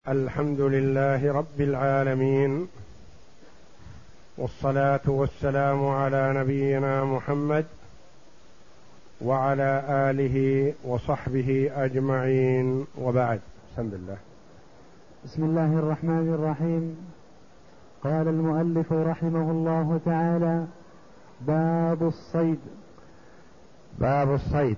الحمد لله رب العالمين، والصلاة والسلام على نبينا محمد وعلى آله وصحبه أجمعين، وبعد. بسم الله الرحمن الرحيم. قال المؤلف رحمه الله تعالى: باب الصيد. باب الصيد.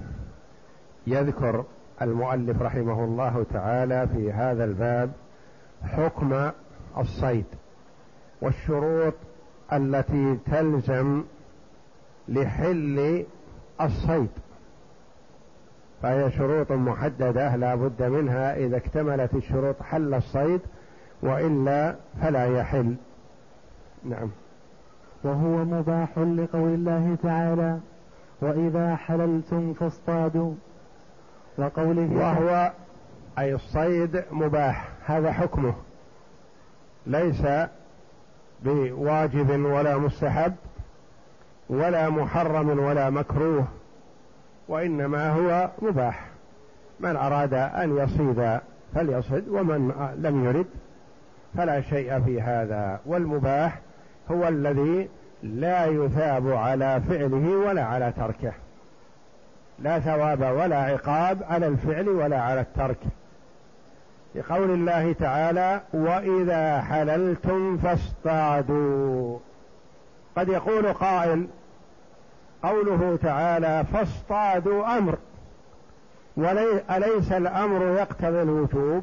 يذكر المؤلف رحمه الله تعالى في هذا الباب حكم الصيد والشروط التي تلزم لحل الصيد، فهي شروط محددة لا بد منها، إذا اكتملت الشروط حل الصيد، وإلا فلا يحل. نعم. وهو مباح لقول الله تعالى: وإذا حللتم فاصطادوا، وهو أي الصيد مباح، هذا حكمه، ليس بواجب ولا مستحب ولا محرم ولا مكروه، وإنما هو مباح. من أراد أن يصيد فليصد، ومن لم يرد فلا شيء في هذا. والمباح هو الذي لا يثاب على فعله ولا على تركه، لا ثواب ولا عقاب على الفعل ولا على الترك، لقول الله تعالى: وإذا حللتم فاصطادوا. قد يقول قائل: قوله تعالى فاصطادوا أمر، أليس الأمر يقتضي الوجوب؟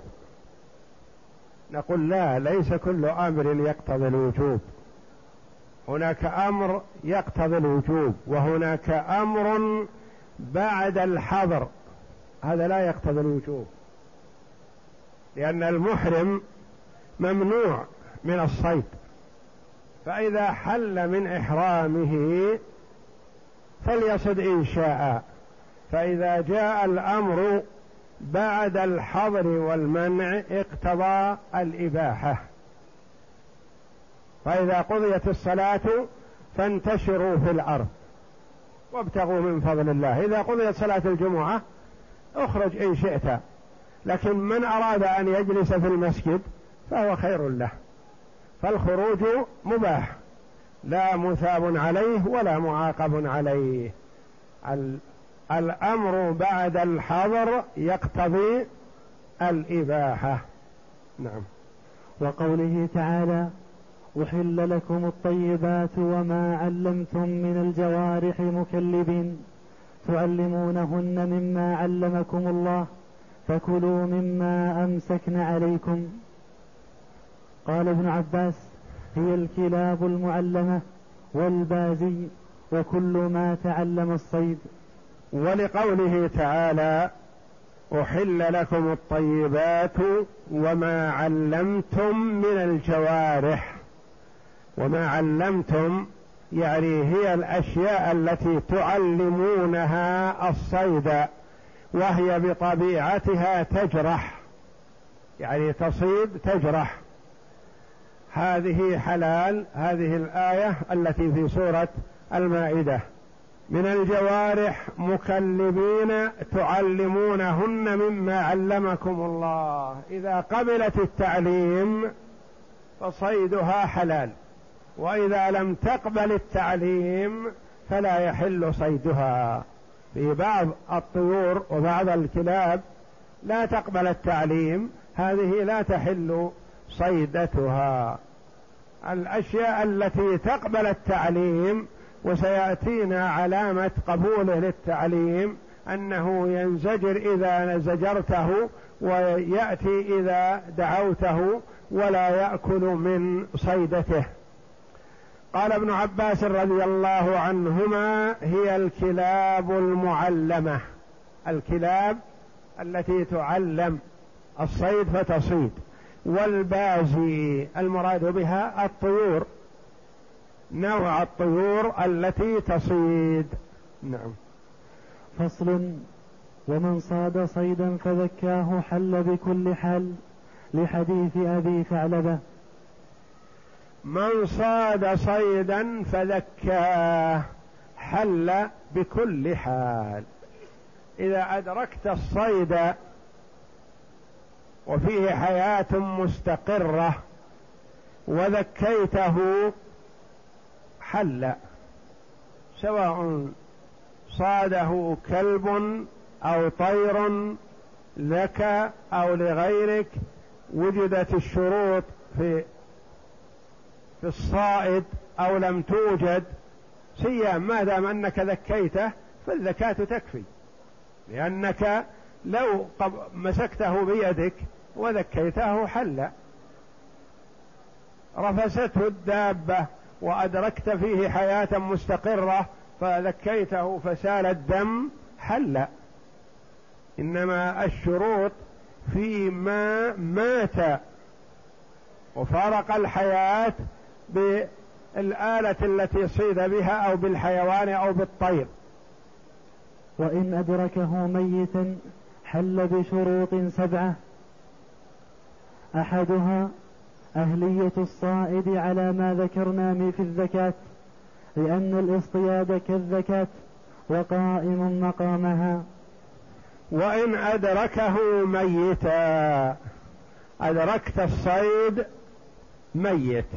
نقول لا، ليس كل أمر يقتضي الوجوب، هناك أمر يقتضي الوجوب، وهناك أمر بعد الحظر، هذا لا يقتضي الوجوب، لأن المحرم ممنوع من الصيد، فإذا حل من إحرامه فليصد إن شاء. فإذا جاء الأمر بعد الحظر والمنع اقتضى الإباحة. فإذا قضيت الصلاة فانتشروا في الأرض وابتغوا من فضل الله. إذا قضيت صلاة الجمعة اخرج إن شئت، لكن من أراد أن يجلس في المسجد فهو خير له، فالخروج مباح، لا مثاب عليه ولا معاقب عليه. الأمر بعد الحظر يقتضي الإباحة. نعم. وقوله تعالى: أحل لكم الطيبات وما علمتم من الجوارح مكلبين تعلمونهن مما علمكم الله فكلوا مما أمسكن عليكم. قال ابن عباس: هي الكلاب المعلمة والبازي وكل ما تعلم الصيد. ولقوله تعالى: أحل لكم الطيبات وما علمتم من الجوارح. وما علمتم يعني هي الأشياء التي تعلمونها الصيد، وهي بطبيعتها تجرح، يعني تصيد تجرح. هذه حلال، هذه الآية التي في سورة المائدة: من الجوارح مكلبين تعلمونهن مما علمكم الله. إذا قبلت التعليم فصيدها حلال، وإذا لم تقبل التعليم فلا يحل صيدها. في بعض الطيور وبعض الكلاب لا تقبل التعليم، هذه لا تحل صيدتها. الأشياء التي تقبل التعليم، وسيأتينا علامة قبوله للتعليم أنه ينزجر إذا زجرته، ويأتي إذا دعوته، ولا يأكل من صيدته. قال ابن عباس رضي الله عنهما: هي الكلاب المعلمة، الكلاب التي تعلم الصيد فتصيد. والبازي المراد بها الطيور، نوع الطيور التي تصيد. نعم. فصل: ومن صاد صيدا فذكاه حل بكل حال، لحديث أبي ثعلبة. من صاد صيدا فذكاه حل بكل حال. إذا أدركت الصيد وفيه حياة مستقرة وذكيته حل، سواء صاده كلب أو طير لك أو لغيرك، وجدت الشروط في الصائد أو لم توجد، سيما ما دام أنك ذكيته فالذكاة تكفي، لأنك لو مسكته بيدك وذكيته حل. رفسته الدابة وأدركت فيه حياة مستقرة فذكيته فسال الدم حل. إنما الشروط فيما مات وفارق الحياة بالآلة التي صيد بها أو بالحيوان أو بالطير. وإن أدركه ميتا حل بشروط 7: أحدها أهلية الصائد على ما ذكرنا في الزكاة، لأن الاصطياد كالزكاة وقائم مقامها. وإن أدركه ميتا، أدركت الصيد ميت،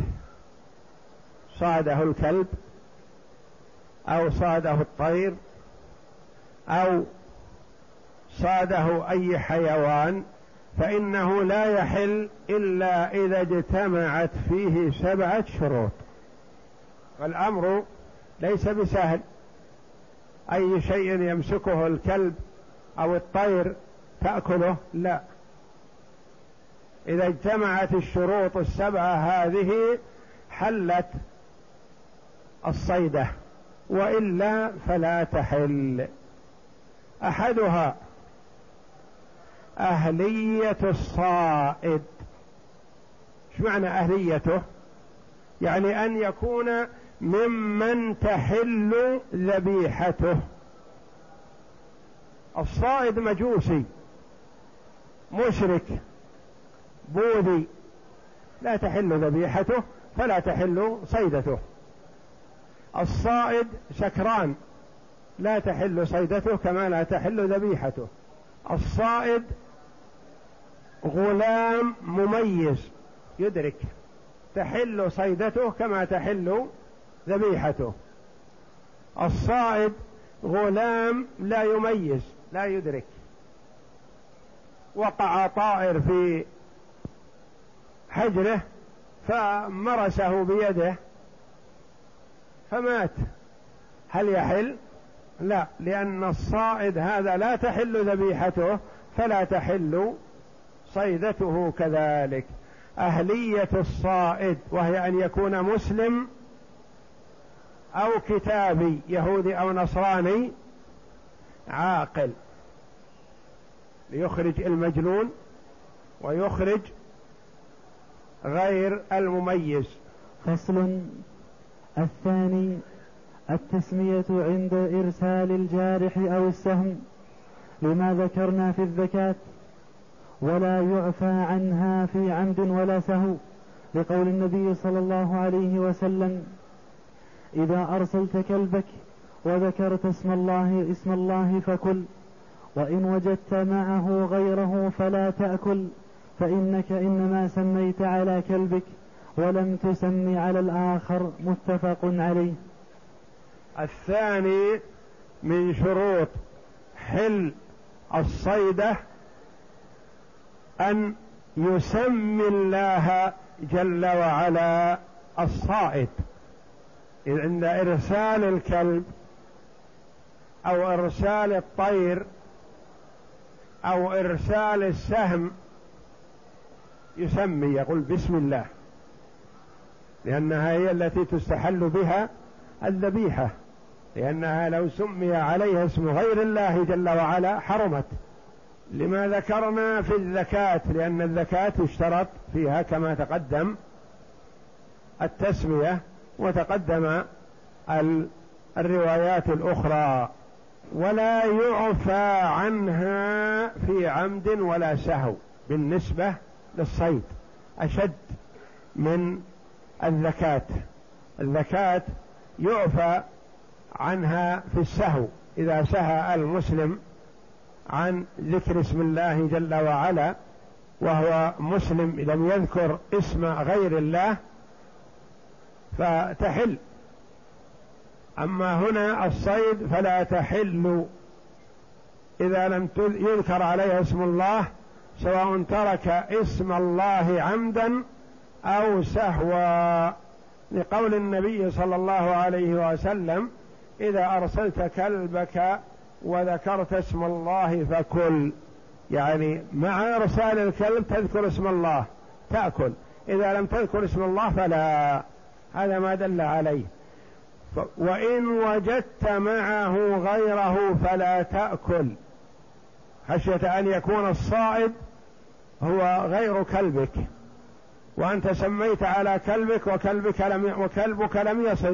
صاده الكلب أو صاده الطير أو صاده أي حيوان، فإنه لا يحل إلا إذا اجتمعت فيه 7 شروط. والأمر ليس بسهل، أي شيء يمسكه الكلب أو الطير تأكله، لا، إذا اجتمعت الشروط 7 هذه حلت الصيدة، وإلا فلا تحل. أحدها أهلية الصائد. ايش معنى أهليته؟ يعني أن يكون ممن تحل ذبيحته. الصائد مجوسي مشرك بوذي لا تحل ذبيحته فلا تحل صيدته. الصائد سكران لا تحل صيدته كما لا تحل ذبيحته. الصائد غلام مميز يدرك تحل صيدته كما تحل ذبيحته. الصائد غلام لا يميز لا يدرك، وقع طائر في حجره فمرسه بيده فمات، هل يحل؟ لا، لأن الصائد هذا لا تحل ذبيحته فلا تحل صيدته كذلك. أهلية الصائد وهي أن يكون مسلم أو كتابي يهودي أو نصراني عاقل ليخرج المجنون ويخرج غير المميز. فصل. الثاني التسمية عند إرسال الجارح أو السهم لما ذكرنا في الزكاة، ولا يعفى عنها في عمد ولا سهو، لقول النبي صلى الله عليه وسلم: إذا أرسلت كلبك وذكرت اسم الله فكل، وإن وجدت معه غيره فلا تأكل، فإنك إنما سميت على كلبك ولم تسمي على الآخر. متفق عليه. الثاني من شروط حل الصيدة أن يسمي الله جل وعلا الصائد. عند إرسال الكلب أو إرسال الطير أو إرسال السهم يسمي، يقول بسم الله، لأنها هي التي تستحل بها الذبيحة، لأنها لو سمي عليها اسم غير الله جل وعلا حرمت. لما ذكرنا في الزكاة، لأن الزكاة يشترط فيها كما تقدم التسمية، وتقدم الروايات الأخرى. ولا يعفى عنها في عمد ولا سهو بالنسبة للصيد، أشد من الزكاة. الزكاة يعفى عنها في السهو، إذا سهى المسلم عن ذكر اسم الله جل وعلا وهو مسلم لم يذكر اسم غير الله فتحل. أما هنا الصيد فلا تحل إذا لم يذكر عليه اسم الله، سواء ترك اسم الله عمدا أو سهوا، لقول النبي صلى الله عليه وسلم: إذا أرسلت كلبك وذكرت اسم الله فكل، يعني مع إرسال الكلب تذكر اسم الله تأكل، إذا لم تذكر اسم الله فلا. هذا ما دل عليه. وإن وجدت معه غيره فلا تأكل، خشية أن يكون الصائد هو غير كلبك، وأنت سميت على كلبك وكلبك لم يصد،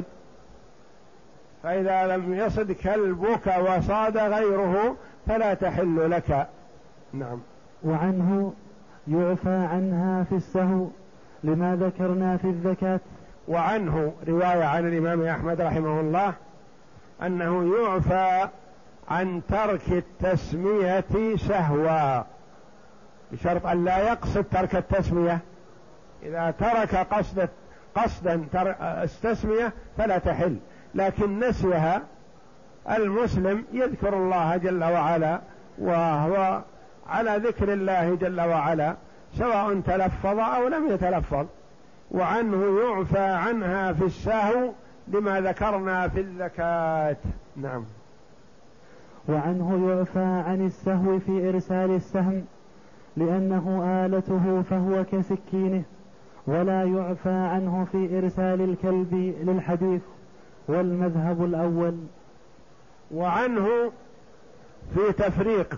فإذا لم يصد كلبك وصاد غيره فلا تحل لك. نعم. وعنه يعفى عنها في السهو لما ذكرنا في الزكاة. وعنه رواية عن الإمام أحمد رحمه الله أنه يعفى عن ترك التسمية سهوا، بشرط أن لا يقصد ترك التسمية. إذا ترك قصدا التسمية فلا تحل، لكن نسيها المسلم يذكر الله جل وعلا وهو على ذكر الله جل وعلا سواء تلفظ أو لم يتلفظ. وعنه يعفى عنها في السهو لما ذكرنا في الزكاة. نعم. وعنه يعفى عن السهو في إرسال السهم لأنه آلته فهو كسكينه، ولا يعفى عنه في إرسال الكلب للحديث، والمذهب الأول. وعنه في تفريق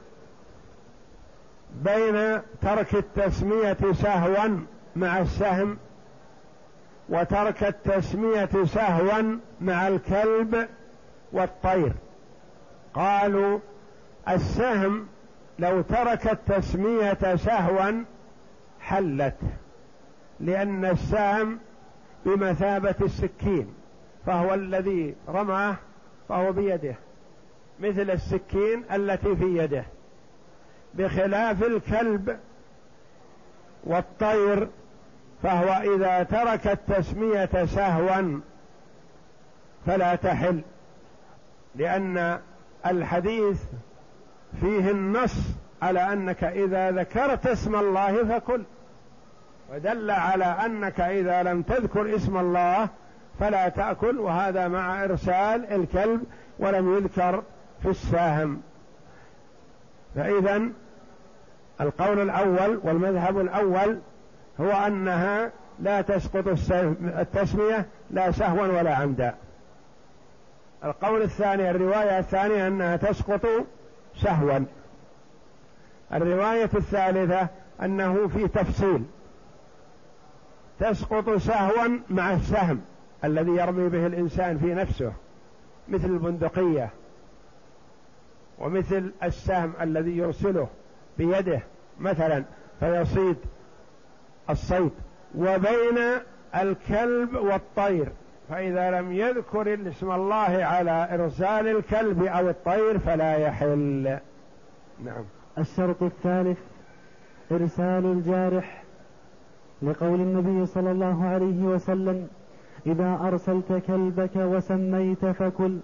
بين ترك التسمية سهوا مع السهم وترك التسمية سهوا مع الكلب والطير. قالوا السهم لو ترك التسمية سهوا حلت، لأن السهم بمثابة السكين، فهو الذي رماه فهو بيده مثل السكين التي في يده، بخلاف الكلب والطير فهو إذا ترك التسمية سهوا فلا تحل، لأن الحديث فيه النص على أنك إذا ذكرت اسم الله فكل، ودل على أنك إذا لم تذكر اسم الله فلا تأكل، وهذا مع إرسال الكلب ولم يذكر في الساهم. فإذا القول الأول والمذهب الأول هو أنها لا تسقط التسمية لا سهوا ولا عمدا. القول الثاني الرواية الثانية أنها تسقط سهوا. الرواية الثالثة أنه في تفصيل، تسقط سهوا مع السهم الذي يرمي به الإنسان في نفسه مثل البندقية، ومثل السهم الذي يرسله بيده مثلا فيصيد الصيد، وبين الكلب والطير، فإذا لم يذكر اسم الله على إرسال الكلب أو الطير فلا يحل. نعم. الشرط الثالث إرسال الجارح، لقول النبي صلى الله عليه وسلم: إذا أرسلت كلبك وسميت فكل،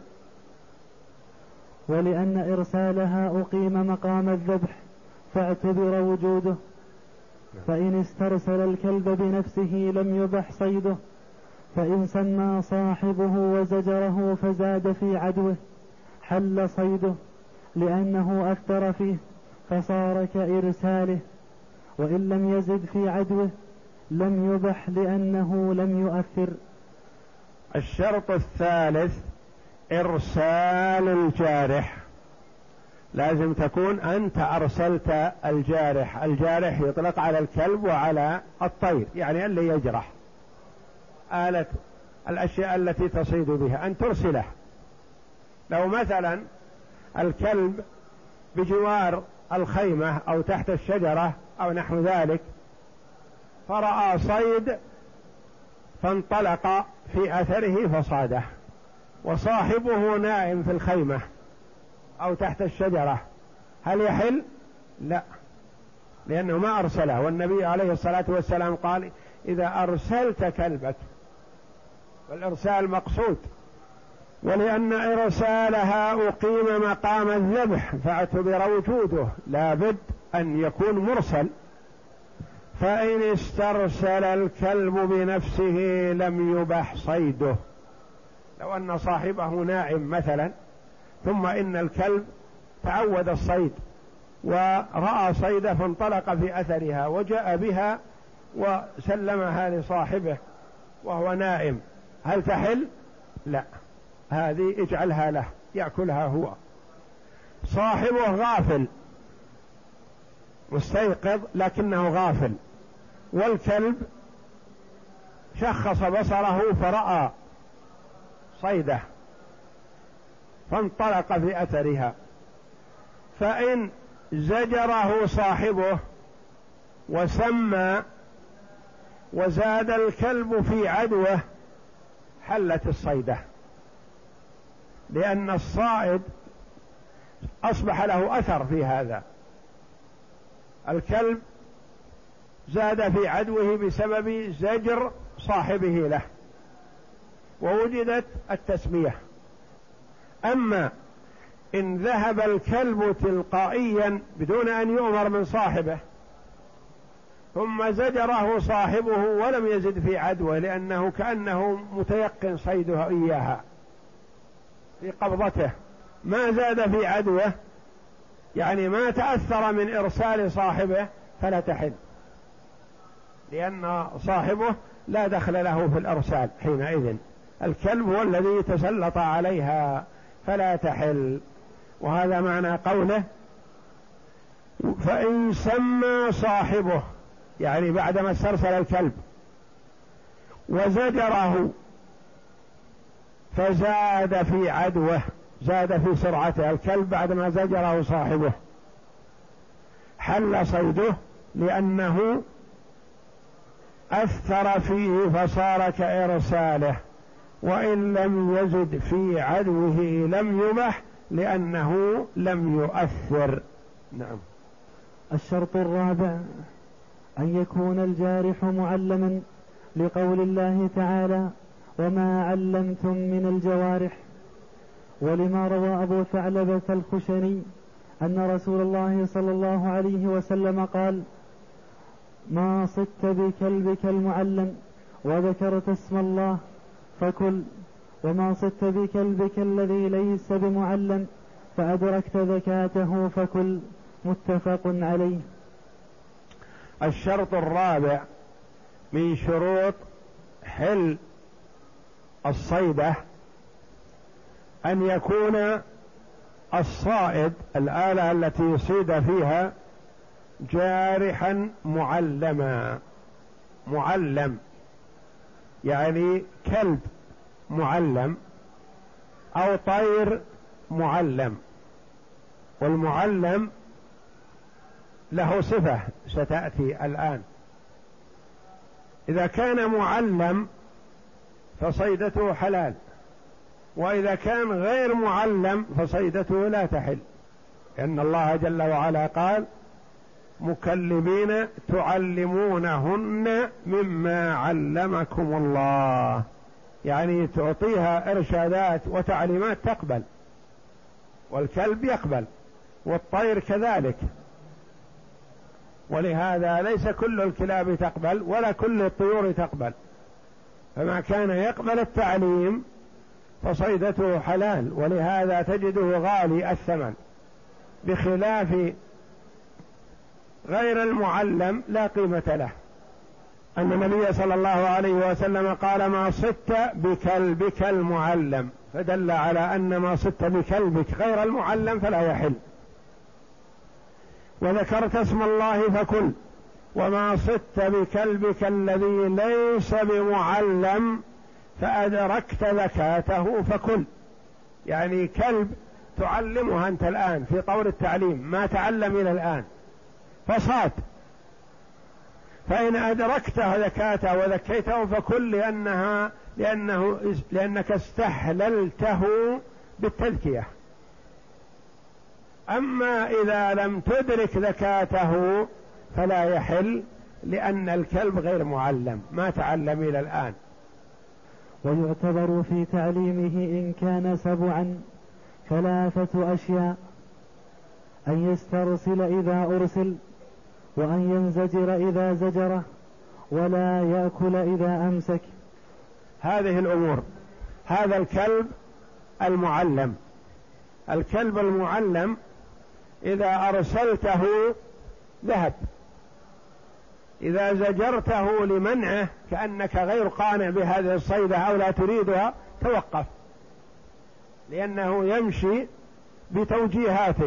ولأن إرسالها أقيم مقام الذبح فاعتبر وجوده، فإن استرسل الكلب بنفسه لم يبح صيده، فإن سمى صاحبه وزجره فزاد في عدوه حل صيده لأنه أثر فيه فصار كإرساله، وإن لم يزد في عدوه لم يبح لأنه لم يؤثر. الشرط الثالث إرسال الجارح، لازم تكون أنت أرسلت الجارح. الجارح يطلق على الكلب وعلى الطير، يعني اللي يجرح، آلة الأشياء التي تصيد بها أن ترسله. لو مثلا الكلب بجوار الخيمة أو تحت الشجرة أو نحو ذلك فرأى صيد فانطلق في أثره فصاده، وصاحبه نائم في الخيمة أو تحت الشجرة، هل يحل؟ لا، لأنه ما أرسله، والنبي عليه الصلاة والسلام قال إذا أرسلت كلبك، والإرسال مقصود، ولأن إرسالها أقيم مقام الذبح فاعتبر وجوده لا بد أن يكون مرسل. فإن استرسل الكلب بنفسه لم يبح صيده. لو أن صاحبه نائم مثلا، ثم إن الكلب تعود الصيد ورأى صيدة فانطلق في أثرها وجاء بها وسلمها لصاحبه وهو نائم، هل تحل؟ لا، هذه اجعلها له يأكلها هو. صاحبه غافل مستيقظ لكنه غافل، والكلب شخص بصره فرأى صيده فانطلق في أثرها، فإن زجره صاحبه وسمى وزاد الكلب في عدوه حلت الصيدة، لأن الصائد أصبح له أثر في هذا. الكلب زاد في عدوه بسبب زجر صاحبه له ووجدت التسمية. أما إن ذهب الكلب تلقائيا بدون أن يؤمر من صاحبه ثم زجره صاحبه ولم يزد في عدوه، لأنه كأنه متيقن صيده إياها في قبضته، ما زاد في عدوه، يعني ما تأثر من إرسال صاحبه، فلا تحل، لأن صاحبه لا دخل له في الإرسال حينئذ، الكلب هو الذي تسلط عليها فلا تحل. وهذا معنى قوله فإن سمى صاحبه، يعني بعدما استرسل الكلب وزجره فزاد في عدوه، زاد في سرعته الكلب بعدما زجره صاحبه، حل صيده لأنه أثر فيه فصار كإرساله، وإن لم يزد في عدوه لم يبح لأنه لم يؤثر. نعم. الشرط الرابع أن يكون الجارح معلما، لقول الله تعالى وما علمتم من الجوارح. ولما روى أبو ثعلبة الخشني أن رسول الله صلى الله عليه وسلم قال ما صدت بكلبك المعلم وذكرت اسم الله فكل، وما صدت بكلبك الذي ليس بمعلم فأدركت زكاته فكل. متفق عليه. الشرط الرابع من شروط حل الصيدة أن يكون الصائد، الآلة التي يصيد فيها، جارحا معلما. معلم يعني كلب معلم أو طير معلم، والمعلم له صفة ستأتي الآن. إذا كان معلم فصيدته حلال، وإذا كان غير معلم فصيدته لا تحل، لأن الله جل وعلا قال مكلبين تعلمونهن مما علمكم الله، يعني تعطيها إرشادات وتعليمات تقبل، والكلب يقبل والطير كذلك، ولهذا ليس كل الكلاب تقبل ولا كل الطيور تقبل، فما كان يقبل التعليم فصيدته حلال، ولهذا تجده غالي الثمن، بخلاف غير المعلم لا قيمة له. أن النبي صلى الله عليه وسلم قال ما صدت بكلبك المعلم، فدل على أن ما صدت بكلبك غير المعلم فلا يحل. وذكرت اسم الله فكل، وما صدت بكلبك الذي ليس بمعلم فأدركت زكاته فكل، يعني كلب تعلمها أنت الآن في طور التعليم ما تعلم إلى الآن فصاد، فإن أدركته زكاته وذكيته فكل، لأنك استحللته بالتذكية. أما إذا لم تدرك زكاته فلا يحل، لأن الكلب غير معلم، ما تعلم إلى الآن. ويعتبر في تعليمه إن كان سبعا 3 أشياء: أن يسترسل إذا أرسل، وأن ينزجر إذا زجره، ولا يأكل إذا أمسك. هذه الأمور. هذا الكلب المعلم. الكلب المعلم إذا أرسلته ذهب، إذا زجرته لمنعه كأنك غير قانع بهذه الصيدة أو لا تريدها توقف، لأنه يمشي بتوجيهاتك.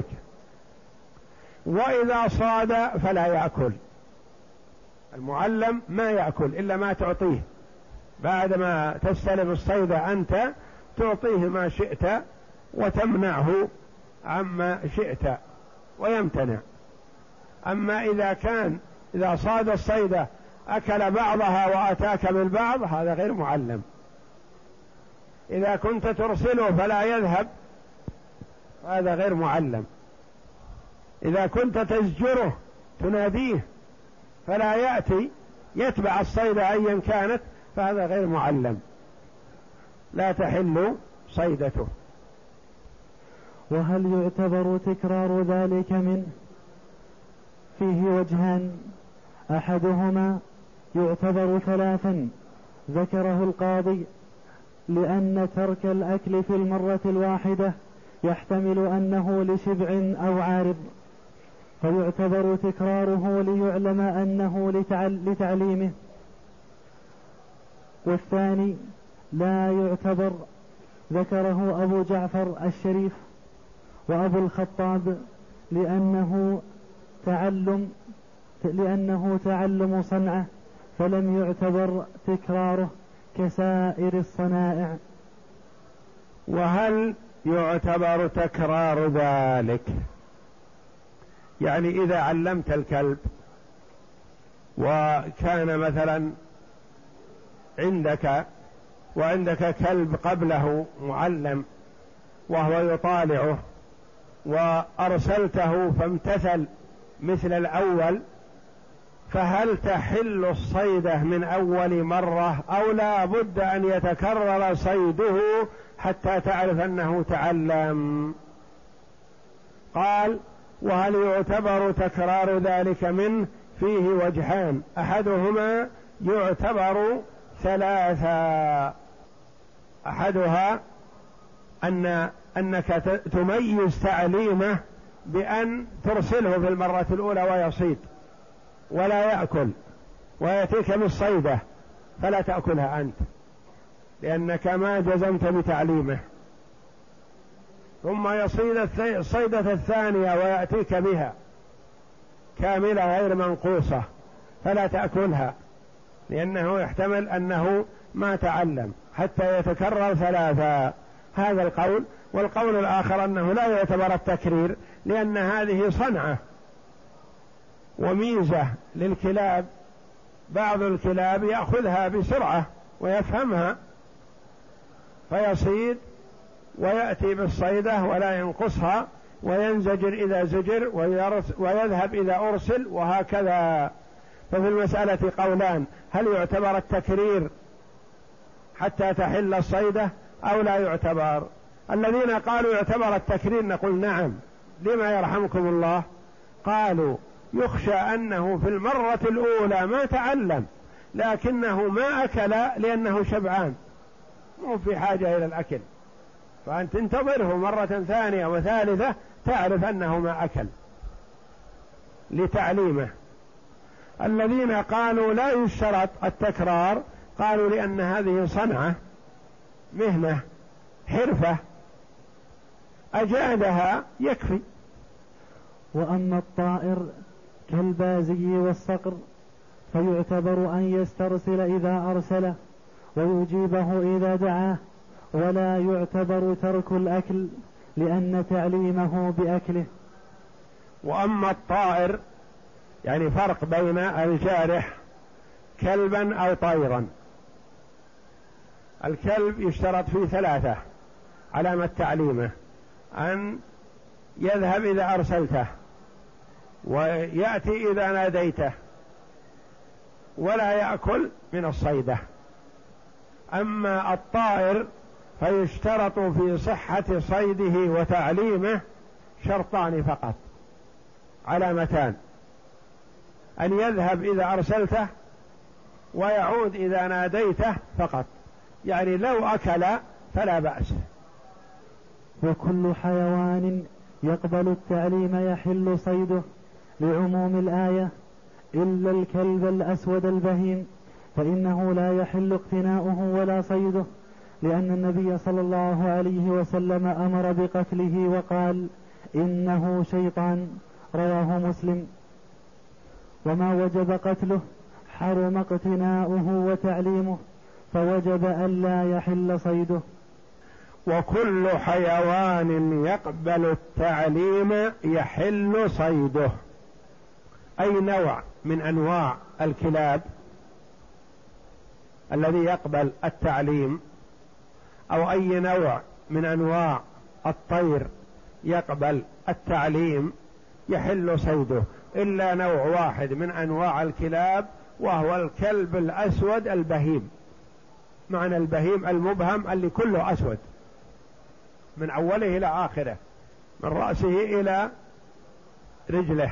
وإذا صاد فلا يأكل. المعلم ما يأكل إلا ما تعطيه، بعدما تستلم الصيدة أنت تعطيه ما شئت وتمنعه عما شئت ويمتنع. أما إذا صاد الصيدة أكل بعضها وأتاك بالبعض هذا غير معلم. إذا كنت ترسله فلا يذهب هذا غير معلم. إذا كنت تزجره تناديه فلا يأتي يتبع الصيدة أيا كانت فهذا غير معلم، لا تحل صيدته. وهل يعتبر تكرار ذلك منه؟ فيه وجهان: أحدهما يعتبر 3 ذكره القاضي، لأن ترك الأكل في المرة الواحدة يحتمل أنه لشبع أو عارض، فيعتبر تكراره ليعلم أنه لتعليمه. والثاني لا يعتبر، ذكره أبو جعفر الشريف وأبو الخطاب، لأنه تعلم صنعه، فلم يعتبر تكراره كسائر الصنائع. وهل يعتبر تكرار ذلك؟ يعني إذا علمت الكلب وكان مثلا عندك كلب قبله معلم وهو يطالعه وأرسلته فامتثل مثل الأول، فهل تحل الصيدة من أول مرة أو لا بد أن يتكرر صيده حتى تعرف أنه تعلم؟ قال: وهل يعتبر تكرار ذلك منه؟ فيه وجهان: أحدهما يعتبر 3، أحدها أنك تميز تعليمه بأن ترسله في المرة الأولى ويصيد ولا يأكل ويأتيك بالصيدة فلا تأكلها أنت لأنك ما جزمت بتعليمه، ثم يصيد الصيدة الثانية ويأتيك بها كاملة غير منقوصة فلا تأكلها لأنه يحتمل أنه ما تعلم حتى يتكرر 3. هذا القول. والقول الآخر أنه لا يعتبر التكرير، لأن هذه صنعة وميزة للكلاب، بعض الكلاب يأخذها بسرعة ويفهمها فيصيد ويأتي بالصيدة ولا ينقصها، وينزجر إذا زجر ويذهب إذا أرسل، وهكذا. ففي المسألة قولان: هل يعتبر التكرير حتى تحل الصيدة أو لا يعتبر؟ الذين قالوا يعتبر التكرير نقول نعم. لما يرحمكم الله؟ قالوا يخشى أنه في المرة الأولى ما تعلم لكنه ما أكل لأنه شبعان مو في حاجة إلى الأكل، فأنت تنتظره مرة ثانية وثالثة تعرف أنه ما أكل لتعليمه. الذين قالوا لا يشترط التكرار قالوا لأن هذه صنعة، مهنة، حرفة، أجادها يكفي. وأما الطائر كالبازي والصقر فيعتبر أن يسترسل إذا أرسله ويجيبه إذا دعاه، ولا يعتبر ترك الأكل لأن تعليمه بأكله. وأما الطائر يعني فرق بين الجارح كلبا أو طيرا. الكلب يشترط فيه 3 علامة تعليمه: أن يذهب إذا أرسلته، ويأتي إذا ناديته ولا يأكل من الصيدة. أما الطائر فيشترط في صحة صيده وتعليمه شرطان فقط، علامتان: أن يذهب إذا أرسلته ويعود إذا ناديته فقط، يعني لو أكل فلا بأس. وكل حيوان يقبل التعليم يحل صيده لعموم الآية إلا الكلب الأسود البهيم، فإنه لا يحل اقتناؤه ولا صيده، لأن النبي صلى الله عليه وسلم أمر بقتله وقال: إنه شيطان، رواه مسلم. وما وجب قتله حرم اقتناؤه وتعليمه، فوجب ألا يحل صيده. وكل حيوان يقبل التعليم يحل صيده، أي نوع من أنواع الكلاب الذي يقبل التعليم، أو أي نوع من أنواع الطير يقبل التعليم يحل صيده، إلا نوع واحد من أنواع الكلاب وهو الكلب الأسود البهيم. معنى البهيم المبهم اللي كله أسود من أوله إلى آخره، من رأسه إلى رجله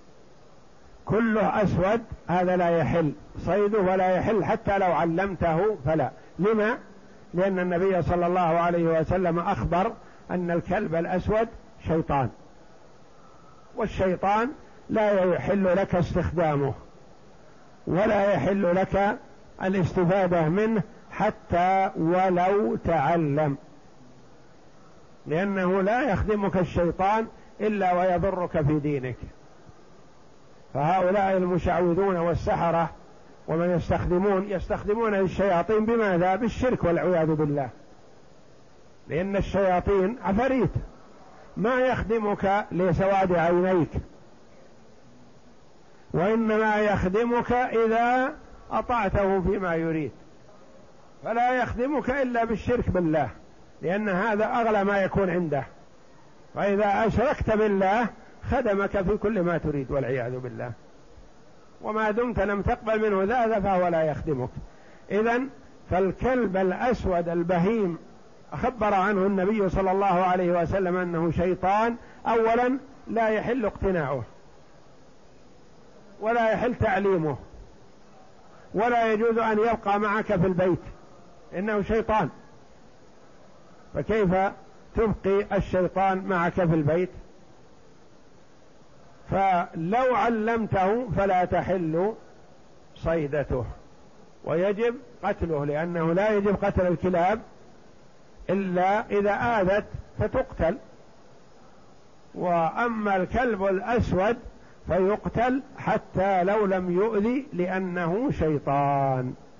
كله أسود، هذا لا يحل صيده ولا يحل حتى لو علمته فلا. لما؟ لأن النبي صلى الله عليه وسلم أخبر أن الكلب الأسود شيطان، والشيطان لا يحل لك استخدامه ولا يحل لك الاستفادة منه حتى ولو تعلم، لأنه لا يخدمك الشيطان إلا ويضرك في دينك. فهؤلاء المشعوذون والسحرة ومن يستخدمون الشياطين بماذا؟ بالشرك والعياذ بالله، لأن الشياطين عفاريت ما يخدمك لسواد عينيك، وإنما يخدمك إذا أطعته فيما يريد، فلا يخدمك إلا بالشرك بالله، لأن هذا أغلى ما يكون عنده، فإذا أشركت بالله خدمك في كل ما تريد والعياذ بالله، وما دمت لم تقبل منه ذا فهو لا يخدمك. إذن فالكلب الأسود البهيم أخبر عنه النبي صلى الله عليه وسلم أنه شيطان. أولا لا يحل اقتناؤه ولا يحل تعليمه ولا يجوز أن يبقى معك في البيت، إنه شيطان، فكيف تبقي الشيطان معك في البيت؟ فلو علمته فلا تحل صيدته ويجب قتله، لأنه لا يجب قتل الكلاب إلا إذا آذت فتقتل، وأما الكلب الأسود فيقتل حتى لو لم يؤذي لأنه شيطان.